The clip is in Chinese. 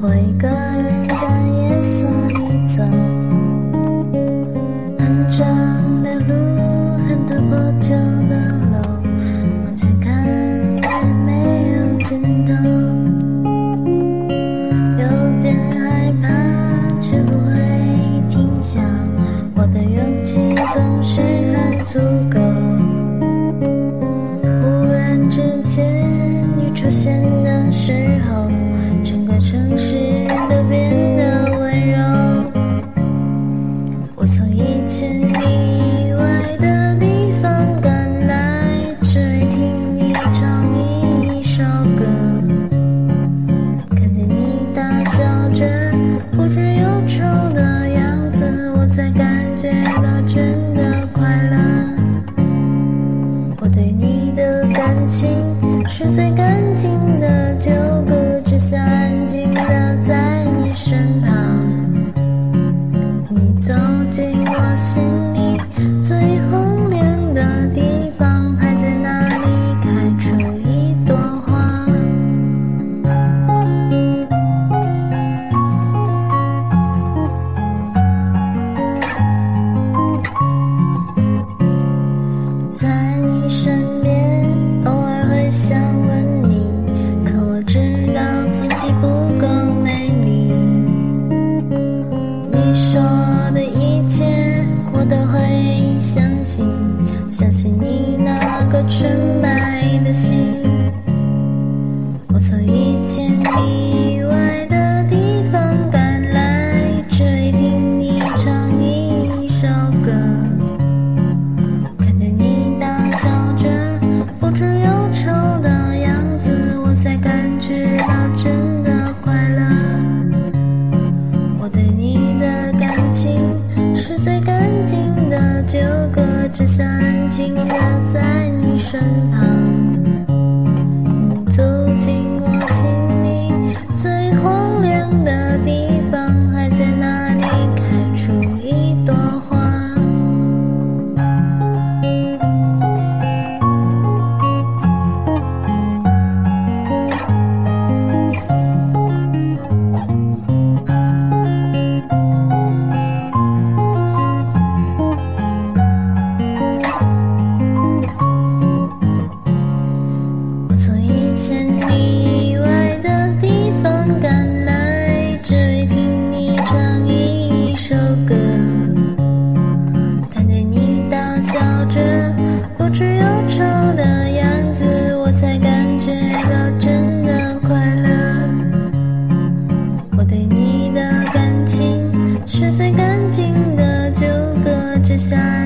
我一个人在夜色里走，很长的路，很多破旧的楼，往前看也没有尽头，有点害怕却不会停下，我的勇气总是很足够。忽然之间你出现的时候，整个城市都变得温柔。我从以前以外的地方赶来，只为听你唱一首歌，看见你大笑着不知忧愁的样子，我才感觉到真的快乐。我对你的感情是最干净的纠葛，只想安静地在你身旁。你走进我心里最荒凉的地方，还在那里开出一朵花。在你身边偶尔会想问你，可我知道自己不够美丽。你说的一切我都会相信，相信你那个纯白的心。我从以前以外的地方赶来，只为听你唱一首歌，看见你大笑着不知忧愁的样子，我才感觉到真的快乐。我对你的感情是最干净的纠葛，只想安静地在你身旁。你走进我心里最荒凉的地方，还在那里开出一朵花。我从以前以外的地方赶来，只为听你唱一首歌，看见你大笑着不知忧愁的样子，我才感觉到真的快乐。我对你的感情是最干净的纠葛，只想